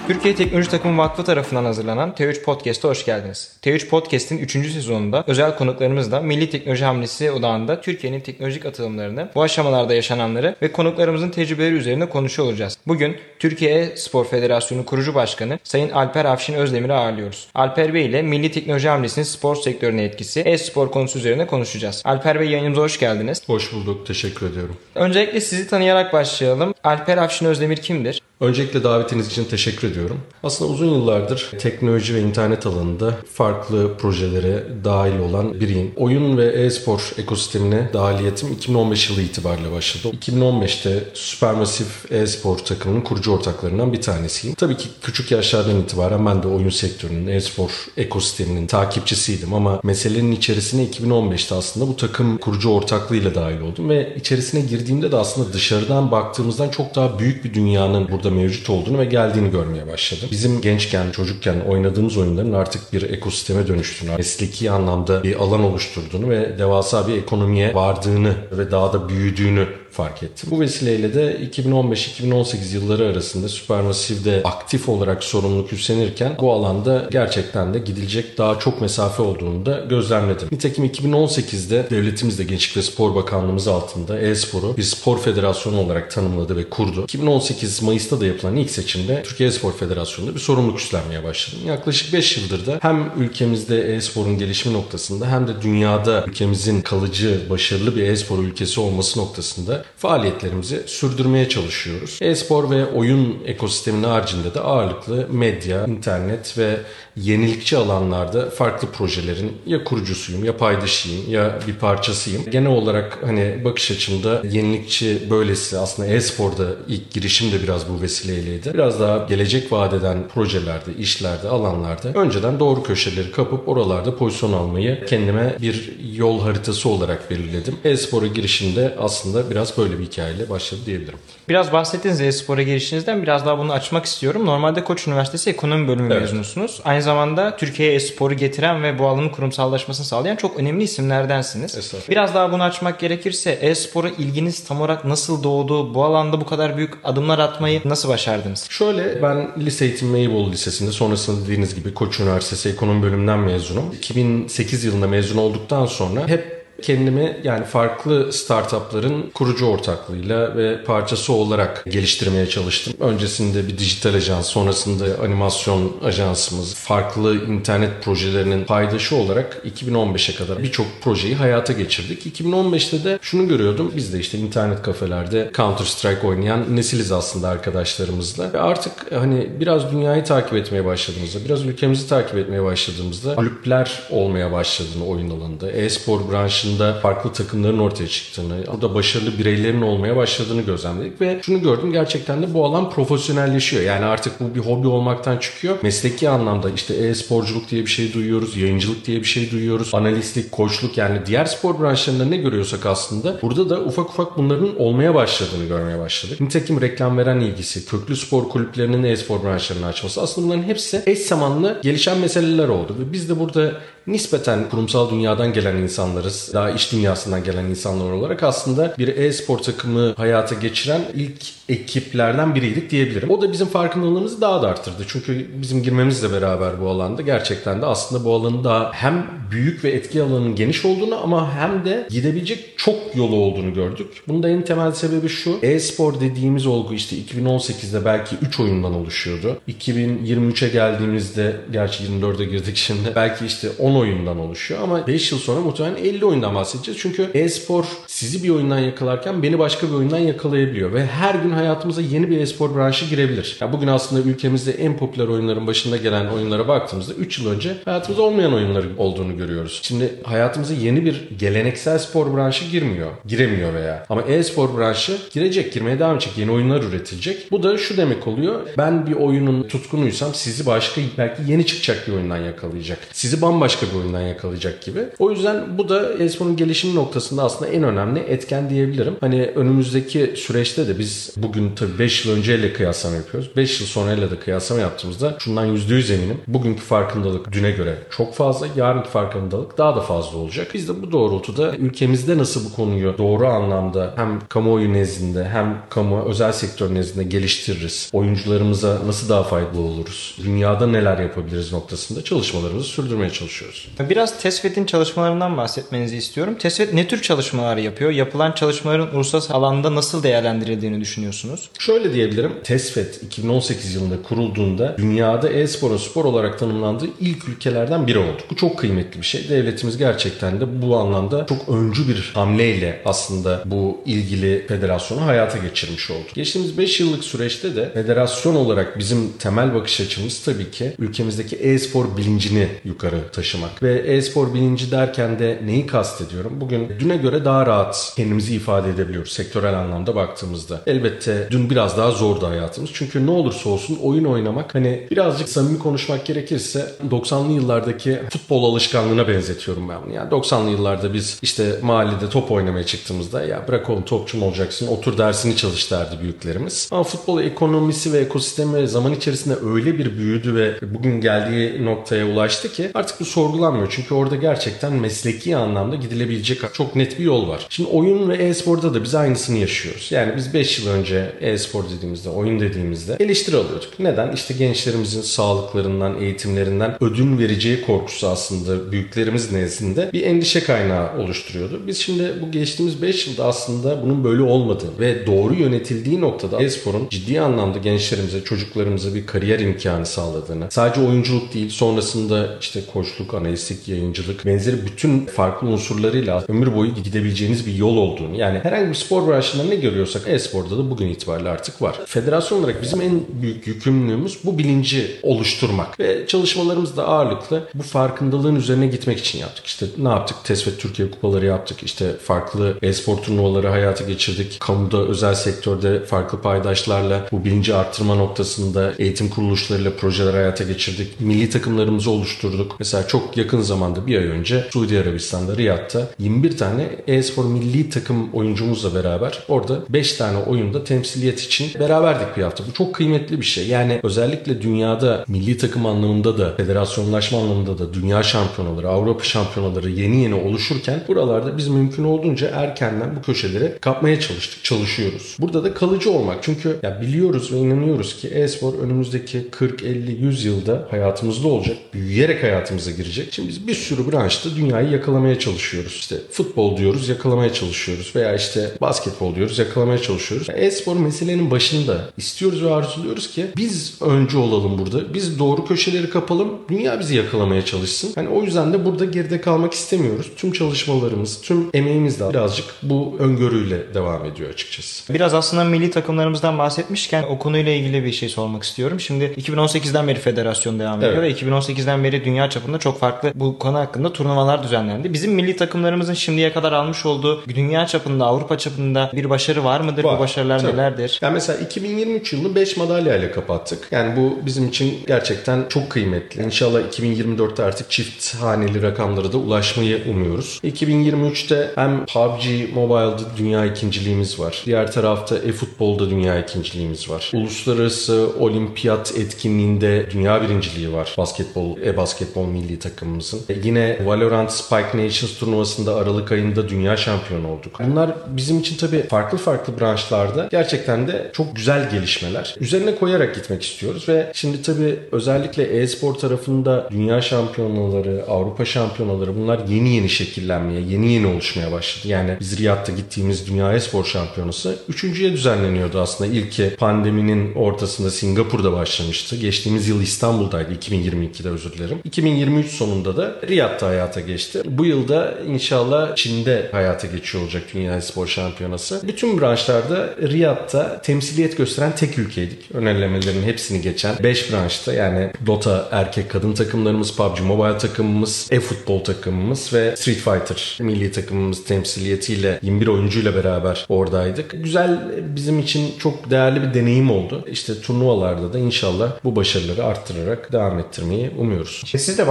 Türkiye Teknoloji Takımı Vakfı tarafından hazırlanan T3 Podcast'a hoş geldiniz. T3 Podcast'in 3. sezonunda özel konuklarımızla Milli Teknoloji Hamlesi odağında Türkiye'nin teknolojik atılımlarını, bu aşamalarda yaşananları ve konuklarımızın tecrübeleri üzerine konuşuyor olacağız. Bugün Türkiye Spor Federasyonu Kurucu Başkanı Sayın Alper Afşin Özdemir'i ağırlıyoruz. Alper Bey ile Milli Teknoloji Hamlesi'nin spor sektörüne etkisi, e-spor konusu üzerine konuşacağız. Alper Bey, yayınımıza hoş geldiniz. Hoş bulduk, teşekkür ediyorum. Öncelikle sizi tanıyarak başlayalım. Alper Afşin Özdemir kimdir? Öncelikle davetiniz için teşekkür ediyorum. Aslında uzun yıllardır teknoloji ve internet alanında farklı projelere dahil olan biriyim. Oyun ve e-spor ekosistemine dahiliyetim 2015 yılı itibariyle başladı. 2015'te Supermassive e-spor takımının kurucu ortaklarından bir tanesiyim. Tabii ki küçük yaşlardan itibaren ben de oyun sektörünün, e-spor ekosisteminin takipçisiydim ama meselenin içerisine 2015'te aslında bu takım kurucu ortaklığıyla dahil oldum ve içerisine girdiğimde de aslında dışarıdan baktığımızdan çok daha büyük bir dünyanın burada mevcut olduğunu ve geldiğini görmeye başladım. Bizim gençken, çocukken oynadığımız oyunların artık bir ekosisteme dönüştüğünü, mesleki anlamda bir alan oluşturduğunu ve devasa bir ekonomiye vardığını ve daha da büyüdüğünü fark ettim. Bu vesileyle de 2015-2018 yılları arasında Supermassive'de aktif olarak sorumluluk üstlenirken bu alanda gerçekten de gidilecek daha çok mesafe olduğunu da gözlemledim. Nitekim 2018'de devletimiz de Gençlik ve Spor Bakanlığımız altında e-sporu bir spor federasyonu olarak tanımladı ve kurdu. 2018 Mayıs'ta da yapılan ilk seçimde Türkiye E-Spor Federasyonu'nda bir sorumluluk üstlenmeye başladım. Yaklaşık 5 yıldır da hem ülkemizde e-sporun gelişimi noktasında hem de dünyada ülkemizin kalıcı, başarılı bir e-spor ülkesi olması noktasında faaliyetlerimizi sürdürmeye çalışıyoruz. E-spor ve oyun ekosisteminin haricinde de ağırlıklı medya, internet ve yenilikçi alanlarda farklı projelerin ya kurucusuyum, ya paydaşıyım, ya bir parçasıyım. Genel olarak bakış açımda yenilikçi böylesi, aslında e-sporda ilk girişim de biraz bu vesileyleydi. Biraz daha gelecek vaat eden projelerde, işlerde, alanlarda önceden doğru köşeleri kapıp oralarda pozisyon almayı kendime bir yol haritası olarak belirledim. E-spora girişimde aslında biraz böyle bir hikayeyle başladı diyebilirim. Biraz bahsettiğiniz e-spora girişinizden biraz daha bunu açmak istiyorum. Normalde Koç Üniversitesi Ekonomi Bölümü mezunusunuz. Aynı zamanda Türkiye'ye e-sporu getiren ve bu alanın kurumsallaşmasını sağlayan çok önemli isimlerdensiniz. Biraz daha bunu açmak gerekirse e-spora ilginiz tam olarak nasıl doğdu? Bu alanda bu kadar büyük adımlar atmayı nasıl başardınız? Şöyle, ben lise eğitimimi Eyüboğlu Lisesi'nde, sonrasında dediğiniz gibi Koç Üniversitesi Ekonomi Bölümünden mezunum. 2008 yılında mezun olduktan sonra hep kendimi farklı startupların kurucu ortaklığıyla ve parçası olarak geliştirmeye çalıştım. Öncesinde bir dijital ajans, sonrasında animasyon ajansımız, farklı internet projelerinin paydaşı olarak 2015'e kadar birçok projeyi hayata geçirdik. 2015'te de şunu görüyordum. Biz de internet kafelerde Counter Strike oynayan nesiliz aslında arkadaşlarımızla. Ve artık biraz dünyayı takip etmeye başladığımızda, biraz ülkemizi takip etmeye başladığımızda kulüpler olmaya başladığını oyun alanında, e-spor branşı farklı takımların ortaya çıktığını, burada başarılı bireylerin olmaya başladığını gözlemledik ve şunu gördüm, gerçekten de bu alan profesyonelleşiyor. Yani artık bu bir hobi olmaktan çıkıyor. Mesleki anlamda e-sporculuk diye bir şey duyuyoruz, yayıncılık diye bir şey duyuyoruz, analistlik, koçluk, yani diğer spor branşlarında ne görüyorsak aslında burada da ufak ufak bunların olmaya başladığını görmeye başladık. Nitekim reklam veren ilgisi, köklü spor kulüplerinin e-spor branşlarını açması, aslında bunların hepsi eş zamanlı gelişen meseleler oldu ve biz de burada nispeten kurumsal dünyadan gelen insanlarız. Daha iş dünyasından gelen insanlar olarak aslında bir e-spor takımı hayata geçiren ilk ekiplerden biriydik diyebilirim. O da bizim farkındalığımızı daha da arttırdı. Çünkü bizim girmemizle beraber bu alanda gerçekten de aslında bu alanın daha hem büyük ve etki alanının geniş olduğunu ama hem de gidebilecek çok yolu olduğunu gördük. Bunun da en temel sebebi şu: e-spor dediğimiz olgu 2018'de belki 3 oyundan oluşuyordu. 2023'e geldiğimizde, gerçi 24'e girdik şimdi, belki 10 oyundan oluşuyor ama 5 yıl sonra muhtemelen 50 oyundan bahsedeceğiz. Çünkü e-spor sizi bir oyundan yakalarken beni başka bir oyundan yakalayabiliyor ve her gün hayatımıza yeni bir e-spor branşı girebilir. Bugün aslında ülkemizde en popüler oyunların başında gelen oyunlara baktığımızda 3 yıl önce hayatımızda olmayan oyunların olduğunu görüyoruz. Şimdi hayatımıza yeni bir geleneksel spor branşı giremiyor veya. Ama e-spor branşı girmeye devam edecek. Yeni oyunlar üretilecek. Bu da şu demek oluyor: ben bir oyunun tutkunuysam sizi başka, belki yeni çıkacak bir oyundan yakalayacak. Sizi bambaşka bambaşka bir oyundan yakalayacak gibi. O yüzden bu da e-sporun gelişim noktasında aslında en önemli etken diyebilirim. Hani önümüzdeki süreçte de biz bugün tabii 5 yıl önceyle kıyaslama yapıyoruz. 5 yıl sonrayla da kıyaslama yaptığımızda şundan %100 eminim. Bugünkü farkındalık düne göre çok fazla. Yarınki farkındalık daha da fazla olacak. Biz de bu doğrultuda ülkemizde nasıl bu konuyu doğru anlamda hem kamuoyu nezdinde hem özel sektör nezdinde geliştiririz. Oyuncularımıza nasıl daha faydalı oluruz? Dünyada neler yapabiliriz noktasında çalışmalarımızı sürdürmeye çalışıyoruz. Biraz TESFED'in çalışmalarından bahsetmenizi istiyorum. TESFED ne tür çalışmalar yapıyor? Yapılan çalışmaların uluslararası alanda nasıl değerlendirildiğini düşünüyorsunuz? Şöyle diyebilirim. TESFED 2018 yılında kurulduğunda dünyada e-sporun spor olarak tanımlandığı ilk ülkelerden biri oldu. Bu çok kıymetli bir şey. Devletimiz gerçekten de bu anlamda çok öncü bir hamleyle aslında bu ilgili federasyonu hayata geçirmiş oldu. Geçtiğimiz 5 yıllık süreçte de federasyon olarak bizim temel bakış açımız tabii ki ülkemizdeki e-spor bilincini yukarı taşımak. Ve e-spor bilinci derken de neyi kastediyorum? Bugün düne göre daha rahat kendimizi ifade edebiliyoruz sektörel anlamda baktığımızda. Elbette dün biraz daha zordu hayatımız. Çünkü ne olursa olsun oyun oynamak hani birazcık samimi konuşmak gerekirse 90'lı yıllardaki futbol alışkanlığına benzetiyorum ben bunu. Yani 90'lı yıllarda biz işte mahallede top oynamaya çıktığımızda ya bırak oğlum topçu mu olacaksın otur dersini çalış derdi büyüklerimiz. Ama futbol ekonomisi ve ekosistemi zaman içerisinde öyle bir büyüdü ve bugün geldiği noktaya ulaştı ki artık bu sorgulanmıyor. Çünkü orada gerçekten mesleki anlamda gidilebilecek çok net bir yol var. Şimdi oyun ve e-sporda da biz aynısını yaşıyoruz. Yani biz 5 yıl önce e-spor dediğimizde, oyun dediğimizde eleştiri alıyorduk. Neden? İşte gençlerimizin sağlıklarından, eğitimlerinden ödün vereceği korkusu aslında büyüklerimiz nezdinde bir endişe kaynağı oluşturuyordu. Biz şimdi bu geçtiğimiz 5 yılda aslında bunun böyle olmadığını ve doğru yönetildiği noktada e-sporun ciddi anlamda gençlerimize, çocuklarımıza bir kariyer imkanı sağladığını, sadece oyunculuk değil sonrasında işte koçluk, analistlik, yayıncılık benzeri bütün farklı unsurlarıyla ömür boyu gidebileceğiniz bir yol olduğunu, yani herhangi bir spor branşında ne görüyorsak e-sporda da bugün itibariyle artık var. Federasyon olarak bizim en büyük yükümlülüğümüz bu bilinci oluşturmak ve çalışmalarımız da ağırlıklı bu farkındalığın üzerine gitmek için yaptık. İşte ne yaptık? TESFED Türkiye kupaları yaptık. İşte farklı e-spor turnuvaları hayata geçirdik. Kamuda, özel sektörde farklı paydaşlarla bu bilinci arttırma noktasında eğitim kuruluşlarıyla projeler hayata geçirdik. Milli takımlarımızı oluşturduk. Mesela çok yakın zamanda bir ay önce Suudi Arabistan'da Riyad'da 21 tane e-spor milli takım oyuncumuzla beraber orada 5 tane oyunda temsiliyet için beraberdik bir hafta. Bu çok kıymetli bir şey. Yani özellikle dünyada milli takım anlamında da federasyonlaşma anlamında da dünya şampiyonaları, Avrupa şampiyonaları yeni oluşurken buralarda biz mümkün olduğunca erkenden bu köşeleri kapmaya çalışıyoruz. Burada da kalıcı olmak. Çünkü ya biliyoruz ve inanıyoruz ki e-spor önümüzdeki 40, 50, 100 yılda hayatımızda olacak. Büyüyerek hayatımıza girecek. Şimdi biz bir sürü branşta dünyayı yakalamaya çalışıyoruz. İşte futbol diyoruz, yakalamaya çalışıyoruz. Veya işte basketbol diyoruz, yakalamaya çalışıyoruz. E-spor meselenin başında istiyoruz ve arzuluyoruz ki biz öncü olalım burada. Biz doğru köşeleri kapalım. Dünya bizi yakalamaya çalışsın. Yani o yüzden de burada geride kalmak istemiyoruz. Tüm çalışmalarımız, tüm emeğimiz de birazcık bu öngörüyle devam ediyor açıkçası. Biraz aslında milli takımlarımızdan bahsetmişken o konuyla ilgili bir şey sormak istiyorum. Şimdi 2018'den beri federasyon devam ediyor ve 2018'den beri dünya çapında çok farklı bu konu hakkında turnuvalar düzenlendi. Bizim milli takımlarımızın şimdiye kadar almış olduğu dünya çapında, Avrupa çapında bir başarı var mıdır? Var. Bu başarılar Tabii. nelerdir? Yani mesela 2023 yılını 5 madalyayla kapattık. Yani bu bizim için gerçekten çok kıymetli. İnşallah 2024'te artık çift haneli rakamlara da ulaşmayı umuyoruz. 2023'te hem PUBG Mobile'da dünya ikinciliğimiz var. Diğer tarafta e-futbolda dünya ikinciliğimiz var. Uluslararası olimpiyat etkinliğinde dünya birinciliği var. E-basketbol milli takımımızın. Yine Valorant Spike Nations turnuvasında Aralık ayında dünya şampiyonu olduk. Bunlar bizim için tabii farklı branşlarda gerçekten de çok güzel gelişmeler. Üzerine koyarak gitmek istiyoruz ve şimdi tabii özellikle e-spor tarafında dünya şampiyonaları, Avrupa şampiyonaları bunlar yeni şekillenmeye, yeni oluşmaya başladı. Yani biz Riyad'da gittiğimiz Dünya E-Spor Şampiyonası 3.'ye düzenleniyordu aslında. İlki pandeminin ortasında Singapur'da başlamıştı. Geçtiğimiz yıl İstanbul'daydı. 2022'de özür dilerim. 2023 sonunda da Riyad'da hayata geçti. Bu yılda inşallah Çin'de hayata geçiyor olacak Dünya E-Spor Şampiyonası. Bütün branşlarda Riyad'da temsiliyet gösteren tek ülkeydik. Önerilemelerin hepsini geçen 5 branşta yani Dota erkek kadın takımlarımız, PUBG Mobile takımımız, e-futbol takımımız ve Street Fighter milli takımımız temsiliyetiyle 21 oyuncuyla beraber oradaydık. Güzel, bizim için çok değerli bir deneyim oldu. İşte turnuvalarda da inşallah bu başarıları arttırarak devam ettirmeyi umuyoruz. Siz de bahsettiniz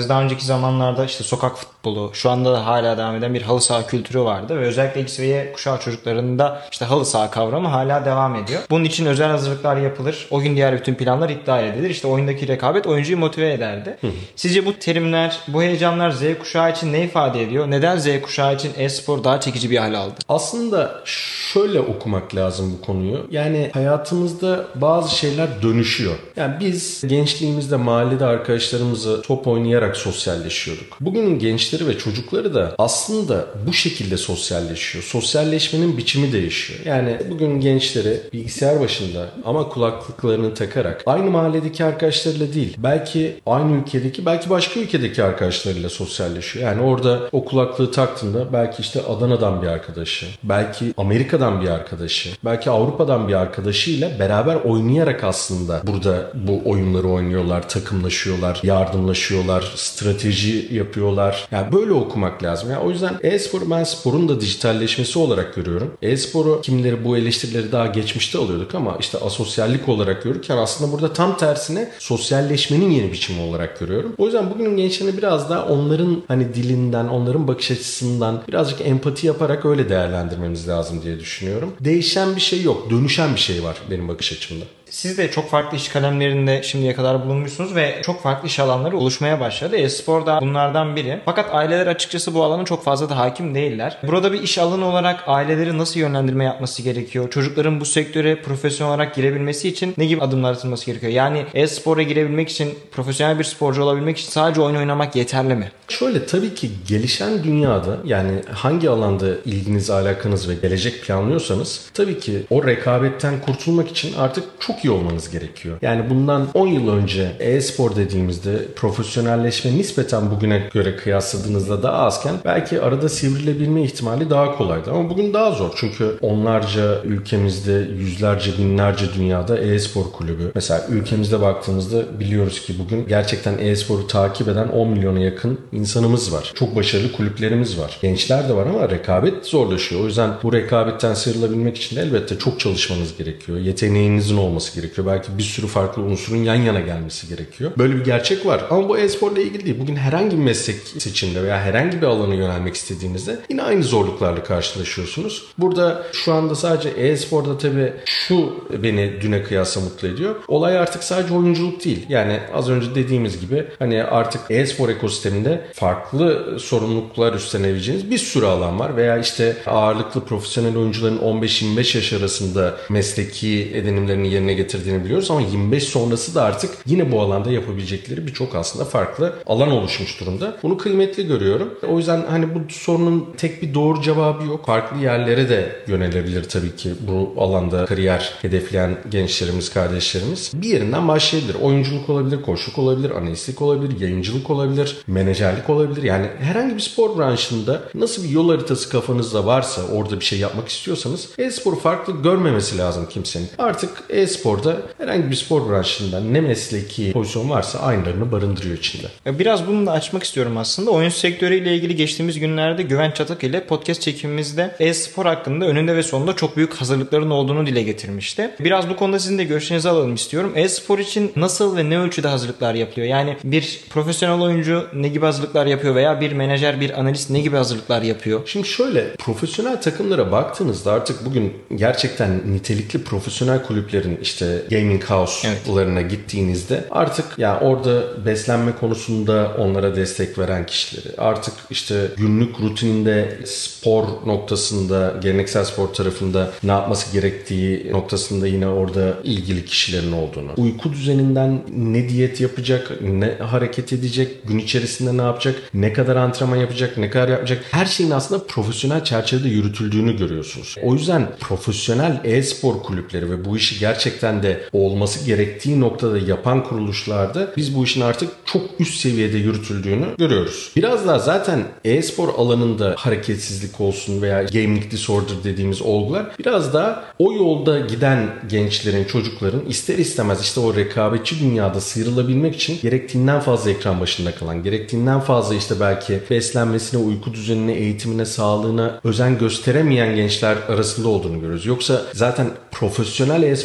baktığınız daha önceki zamanlarda işte sokak futbolu, şu anda da hala devam eden bir halı saha kültürü vardı ve özellikle X ve Y kuşağı çocuklarında işte halı saha kavramı hala devam ediyor. Bunun için özel hazırlıklar yapılır. O gün diğer bütün planlar iptal edilir. İşte oyundaki rekabet oyuncuyu motive ederdi. Sizce bu terimler, bu heyecanlar Z kuşağı için ne ifade ediyor? Neden Z kuşağı için e-spor daha çekici bir hale aldı? Aslında şöyle okumak lazım bu konuyu. Yani hayatımızda bazı şeyler dönüşüyor. Yani biz gençliğimizde mahallede arkadaşlarımızla top oynayarak sosyalleşiyorduk. Bugünün gençleri ve çocukları da aslında bu şekilde sosyalleşiyor. Sosyalleşmenin biçimi değişiyor. Yani bugün gençleri bilgisayar başında ama kulaklıklarını takarak aynı mahalledeki arkadaşlarıyla değil, belki aynı ülkedeki, belki başka ülkedeki arkadaşlarıyla sosyalleşiyor. Yani orada o kulaklığı taktığında belki işte Adana'dan bir arkadaşı, belki Amerika'dan bir arkadaşı, belki Avrupa'dan bir arkadaşıyla beraber oynayarak aslında burada bu oyunları oynuyorlar, takımlaşıyorlar, yardımlaşıyorlar, strateji yapıyorlar. Yani böyle okumak lazım. Yani o yüzden e-sporu ben sporun da dijitalleşmesi olarak görüyorum. E-sporu kimileri bu eleştirileri daha geçmişte alıyorduk ama işte asosyallik olarak görürken aslında burada tam tersine sosyalleşmenin yeni biçimi olarak görüyorum. O yüzden bugünün gençlerini biraz daha onların hani dilinden, onların bakış açısından birazcık empati yaparak öyle değerlendirmemiz lazım diye düşünüyorum. Değişen bir şey yok, dönüşen bir şey var benim bakış açımda. Siz de çok farklı iş kalemlerinde şimdiye kadar bulunmuşsunuz ve çok farklı iş alanları oluşmaya başladı. E-spor da bunlardan biri. Fakat aileler açıkçası bu alana çok fazla da hakim değiller. Burada bir iş alanı olarak aileleri nasıl yönlendirme yapması gerekiyor? Çocukların bu sektöre profesyonel olarak girebilmesi için ne gibi adımlar atılması gerekiyor? Yani e-spora girebilmek için, profesyonel bir sporcu olabilmek için sadece oyun oynamak yeterli mi? Şöyle, tabii ki gelişen dünyada, yani hangi alanda ilginiz, alakanız ve gelecek planlıyorsanız tabii ki o rekabetten kurtulmak için artık çok iyi olmanız gerekiyor. Yani bundan 10 yıl önce e-spor dediğimizde profesyonelleşme nispeten bugüne göre kıyasladığınızda daha azken belki arada sivrilebilme ihtimali daha kolaydı. Ama bugün daha zor. Çünkü onlarca ülkemizde, yüzlerce, binlerce dünyada e-spor kulübü. Mesela ülkemizde baktığımızda biliyoruz ki bugün gerçekten e-sporu takip eden 10 milyona yakın insanımız var. Çok başarılı kulüplerimiz var. Gençler de var ama rekabet zorlaşıyor. O yüzden bu rekabetten sıyrılabilmek için de elbette çok çalışmanız gerekiyor. Yeteneğinizin olması gerekiyor. Belki bir sürü farklı unsurun yan yana gelmesi gerekiyor. Böyle bir gerçek var. Ama bu e-sporla ilgili değil. Bugün herhangi bir meslek seçiminde veya herhangi bir alana yönelmek istediğinizde yine aynı zorluklarla karşılaşıyorsunuz. Burada şu anda sadece e-sporda tabii şu beni düne kıyasla mutlu ediyor. Olay artık sadece oyunculuk değil. Yani az önce dediğimiz gibi hani artık e-spor ekosisteminde farklı sorumluluklar üstlenebileceğiniz bir sürü alan var. Veya işte ağırlıklı profesyonel oyuncuların 15-25 yaş arasında mesleki edinimlerini yerine getirdiğini biliyoruz ama 25 sonrası da artık yine bu alanda yapabilecekleri birçok aslında farklı alan oluşmuş durumda. Bunu kıymetli görüyorum. O yüzden hani bu sorunun tek bir doğru cevabı yok. Farklı yerlere de yönelebilir tabii ki bu alanda kariyer hedefleyen gençlerimiz, kardeşlerimiz. Bir yerinden başlayabilir. Oyunculuk olabilir, koçluk olabilir, analistlik olabilir, yayıncılık olabilir, menajerlik olabilir. Yani herhangi bir spor branşında nasıl bir yol haritası kafanızda varsa, orada bir şey yapmak istiyorsanız e-sporu farklı görmemesi lazım kimsenin. Artık e-sporda herhangi bir spor branşından ne mesleki pozisyon varsa aynılarını barındırıyor içinde. Biraz bunu da açmak istiyorum aslında. Oyun sektörüyle ilgili geçtiğimiz günlerde Güven Çatak ile podcast çekimimizde e-spor hakkında önünde ve sonunda çok büyük hazırlıkların olduğunu dile getirmişti. Biraz bu konuda sizin de görüşlerinizi alalım istiyorum. E-spor için nasıl ve ne ölçüde hazırlıklar yapılıyor? Yani bir profesyonel oyuncu ne gibi hazırlıklar yapıyor veya bir menajer, bir analist ne gibi hazırlıklar yapıyor? Şimdi şöyle, profesyonel takımlara baktığınızda artık bugün gerçekten nitelikli profesyonel kulüplerin işte gaming house'larına gittiğinizde artık yani orada beslenme konusunda onlara destek veren kişileri, artık işte günlük rutininde spor noktasında, geleneksel spor tarafında ne yapması gerektiği noktasında yine orada ilgili kişilerin olduğunu, uyku düzeninden ne diyet yapacak, ne hareket edecek, gün içerisinde ne yapacak, ne kadar antrenman yapacak, ne kadar yapacak, her şeyin aslında profesyonel çerçevede yürütüldüğünü görüyorsunuz. O yüzden profesyonel e-spor kulüpleri ve bu işi gerçekten de olması gerektiği noktada yapan kuruluşlarda biz bu işin artık çok üst seviyede yürütüldüğünü görüyoruz. Biraz daha zaten e-spor alanında hareketsizlik olsun veya gaming disorder dediğimiz olgular biraz daha o yolda giden gençlerin, çocukların ister istemez işte o rekabetçi dünyada sıyrılabilmek için gerektiğinden fazla ekran başında kalan, gerektiğinden fazla işte belki beslenmesine, uyku düzenine, eğitimine, sağlığına özen gösteremeyen gençler arasında olduğunu görüyoruz. Yoksa zaten profesyonel e-spor dediğimizde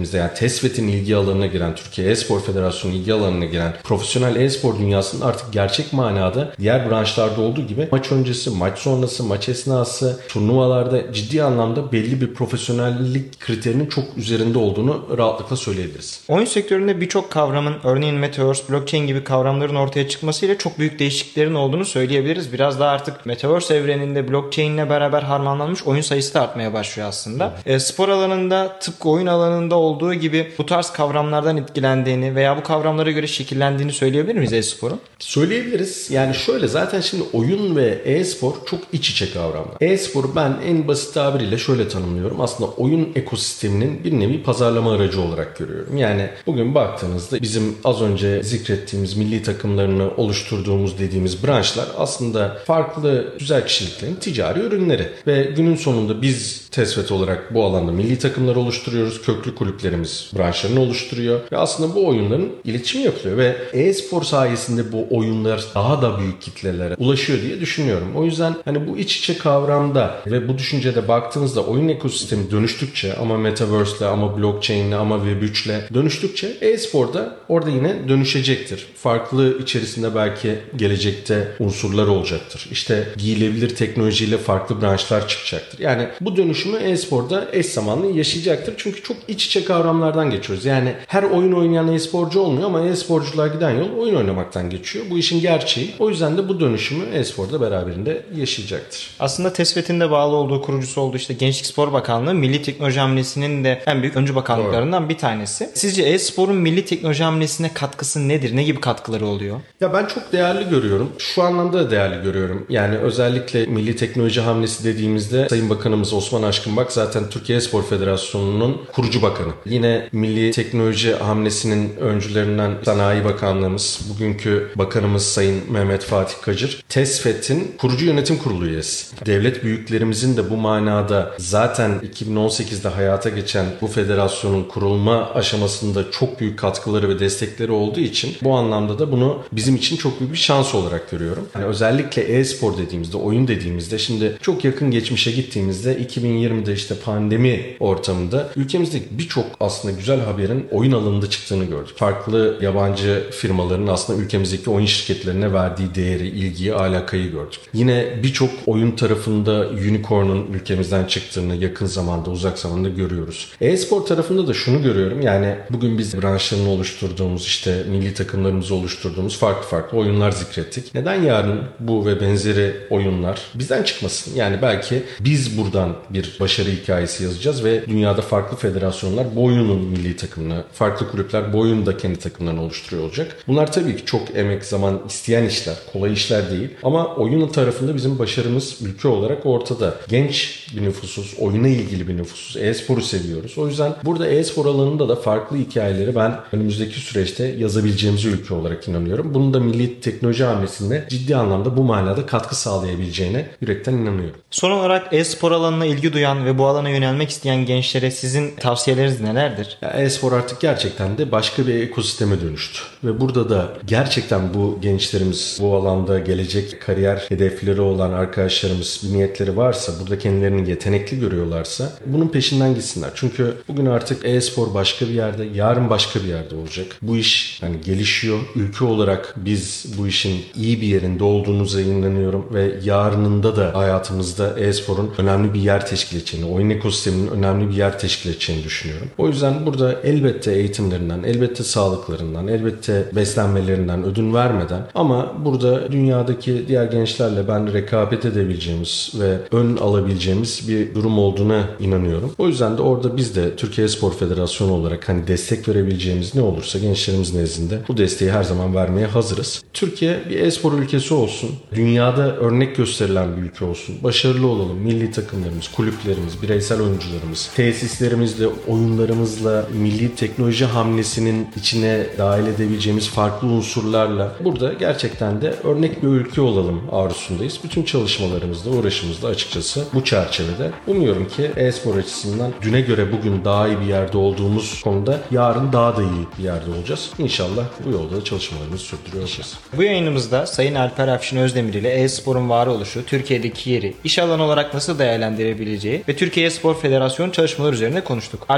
ekosistemimizde, yani TESFED'in ilgi alanına giren, Türkiye E-Spor Federasyonu ilgi alanına giren profesyonel e-spor dünyasının artık gerçek manada diğer branşlarda olduğu gibi maç öncesi, maç sonrası, maç esnası, turnuvalarda ciddi anlamda belli bir profesyonellik kriterinin çok üzerinde olduğunu rahatlıkla söyleyebiliriz. Oyun sektöründe birçok kavramın, örneğin Metaverse, blockchain gibi kavramların ortaya çıkmasıyla çok büyük değişikliklerin olduğunu söyleyebiliriz. Biraz daha artık Metaverse evreninde blockchain ile beraber harmanlanmış oyun sayısı da artmaya başlıyor aslında. Spor alanında tıpkı oyun alanında olduğu gibi bu tarz kavramlardan etkilendiğini veya bu kavramlara göre şekillendiğini söyleyebilir miyiz e-sporun? Söyleyebiliriz. Yani şöyle, zaten şimdi oyun ve e-spor çok iç içe kavramlar. E-sporu ben en basit tabiriyle şöyle tanımlıyorum. Aslında oyun ekosisteminin bir nevi pazarlama aracı olarak görüyorum. Yani bugün baktığınızda bizim az önce zikrettiğimiz milli takımlarını oluşturduğumuz dediğimiz branşlar aslında farklı güzel kişiliklerin ticari ürünleri. Ve günün sonunda biz TESFED olarak bu alanda milli takımları oluşturuyoruz. Köklü kulüplerimiz branşlarını oluşturuyor. Ve aslında bu oyunların iletişimi yapılıyor. Ve e-spor sayesinde bu oyunlar daha da büyük kitlelere ulaşıyor diye düşünüyorum. O yüzden hani bu iç içe kavramda ve bu düşüncede baktığınızda oyun ekosistemi dönüştükçe, ama Metaverse'le, ama blockchain'le, ama Web3'le dönüştükçe e-spor da orada yine dönüşecektir. Farklı içerisinde belki gelecekte unsurlar olacaktır. İşte giyilebilir teknolojiyle farklı branşlar çıkacaktır. Yani bu dönüşümü e-sporda eş zamanlı yaşayacaktır. Çünkü çok iç içe kavramlardan geçiyoruz. Yani her oyun oynayan e-sporcu olmuyor ama e-sporcular giden yol oyun oynamaktan geçiyor. Bu işin gerçeği. O yüzden de bu dönüşümü e-sporda beraberinde yaşayacaktır. Aslında TESFED'in de bağlı olduğu, kurucusu olduğu işte Gençlik Spor Bakanlığı Milli Teknoloji Hamlesi'nin de en büyük öncü bakanlıklarından bir tanesi. Sizce e-sporun milli teknoloji hamlesine katkısı nedir? Ne gibi katkıları oluyor? Ya ben çok değerli görüyorum. Şu anlamda da değerli görüyorum. Yani özellikle milli teknoloji hamlesi dediğimizde Sayın Bakanımız Osman Aşkınbak zaten Türkiye E-Spor Federasyonu'nun kurucu bakanı. Yine milli teknoloji hamlesinin öncülerinden Sanayi Bakanlığımız, bugünkü bakanımız Sayın Mehmet Fatih Kacır, TESFED'in kurucu yönetim kurulu üyesi. Devlet büyüklerimizin de bu manada zaten 2018'de hayata geçen bu federasyonun kurulma aşamasında çok büyük katkıları ve destekleri olduğu için bu anlamda da bunu bizim için çok büyük bir şans olarak görüyorum. Yani özellikle e-spor dediğimizde, oyun dediğimizde, şimdi çok yakın geçmişe gittiğimizde 2020'de işte pandemi ortamında ülkemizdeki birçok aslında güzel haberin oyun alanında çıktığını gördük. Farklı yabancı firmaların aslında ülkemizdeki oyun şirketlerine verdiği değeri, ilgiyi, alakayı gördük. Yine birçok oyun tarafında unicorn'un ülkemizden çıktığını yakın zamanda, uzak zamanda görüyoruz. E-spor tarafında da şunu görüyorum. Yani bugün biz branşlarını oluşturduğumuz, işte milli takımlarımızı oluşturduğumuz farklı oyunlar zikrettik. Neden yarın bu ve benzeri oyunlar bizden çıkmasın? Yani belki biz buradan bir başarı hikayesi yazacağız ve dünyada farklı federasyonlar bu oyunun milli takımını, farklı kulüpler bu oyunun da kendi takımlarını oluşturuyor olacak. Bunlar tabii ki çok emek, zaman isteyen işler, kolay işler değil. Ama oyunun tarafında bizim başarımız ülke olarak ortada. Genç bir nüfusuz, oyuna ilgili bir nüfusuz, e-sporu seviyoruz. O yüzden burada e-spor alanında da farklı hikayeleri ben önümüzdeki süreçte yazabileceğimiz ülke olarak inanıyorum. Bunun da milli teknoloji hamlesinde ciddi anlamda bu manada katkı sağlayabileceğine yürekten inanıyorum. Son olarak e-spor alanına ilgi duyan ve bu alana yönelmek isteyen gençlere sizin tavsiyeleriniz nelerdir? Ya e-spor artık gerçekten de başka bir ekosisteme dönüştü. Ve burada da gerçekten bu gençlerimiz, bu alanda gelecek kariyer hedefleri olan arkadaşlarımız, bir niyetleri varsa, burada kendilerini yetenekli görüyorlarsa bunun peşinden gitsinler. Çünkü bugün artık e-spor başka bir yerde, yarın başka bir yerde olacak. Bu iş hani gelişiyor. Ülke olarak biz bu işin iyi bir yerinde olduğumuza inanıyorum ve yarınında da hayatımızda e-sporun önemli bir yer teşkil edeceğini, oyun ekosisteminin önemli bir yer teşkil edeceğini düşünüyorum. O yüzden burada elbette eğitimlerinden, elbette sağlıklarından, elbette beslenmelerinden ödün vermeden, ama burada dünyadaki diğer gençlerle ben rekabet edebileceğimiz ve ön alabileceğimiz bir durum olduğuna inanıyorum. O yüzden de orada biz de Türkiye Spor Federasyonu olarak hani destek verebileceğimiz ne olursa gençlerimiz nezdinde bu desteği her zaman vermeye hazırız. Türkiye bir e-spor ülkesi olsun, dünyada örnek gösterilen bir ülke olsun, başarılı olalım. Milli takımlarımız, kulüplerimiz, bireysel oyuncularımız, tesislerimizle, oyunlarımızla, milli teknoloji hamlesinin içine dahil edebileceğimiz farklı unsurlarla burada gerçekten de örnek bir ülke olalım arzusundayız. Bütün çalışmalarımızda, uğraşımızda açıkçası bu çerçevede. Umuyorum ki e-spor açısından düne göre bugün daha iyi bir yerde olduğumuz konuda yarın daha da iyi bir yerde olacağız. İnşallah bu yolda da çalışmalarımızı sürdürüyor olacağız. Bu yayınımızda Sayın Alper Afşin Özdemir ile e-sporun varoluşu, Türkiye'deki yeri, iş alanı olarak nasıl değerlendirebileceği ve Türkiye E-Spor Federasyonu çalışmaları üzerine konuştuk. Alper Bey,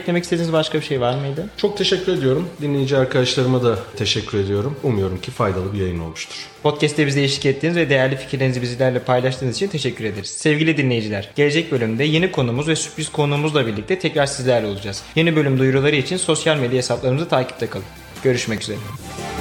eklemek istediğiniz başka bir şey var mıydı? Çok teşekkür ediyorum. Dinleyici arkadaşlarıma da teşekkür ediyorum. Umuyorum ki faydalı bir yayın olmuştur. Podcast'te bize eşlik ettiğiniz ve değerli fikirlerinizi bizlerle paylaştığınız için teşekkür ederiz. Sevgili dinleyiciler, gelecek bölümde yeni konumuz ve sürpriz konuğumuzla birlikte tekrar sizlerle olacağız. Yeni bölüm duyuruları için sosyal medya hesaplarımızı takipte kalın. Görüşmek üzere.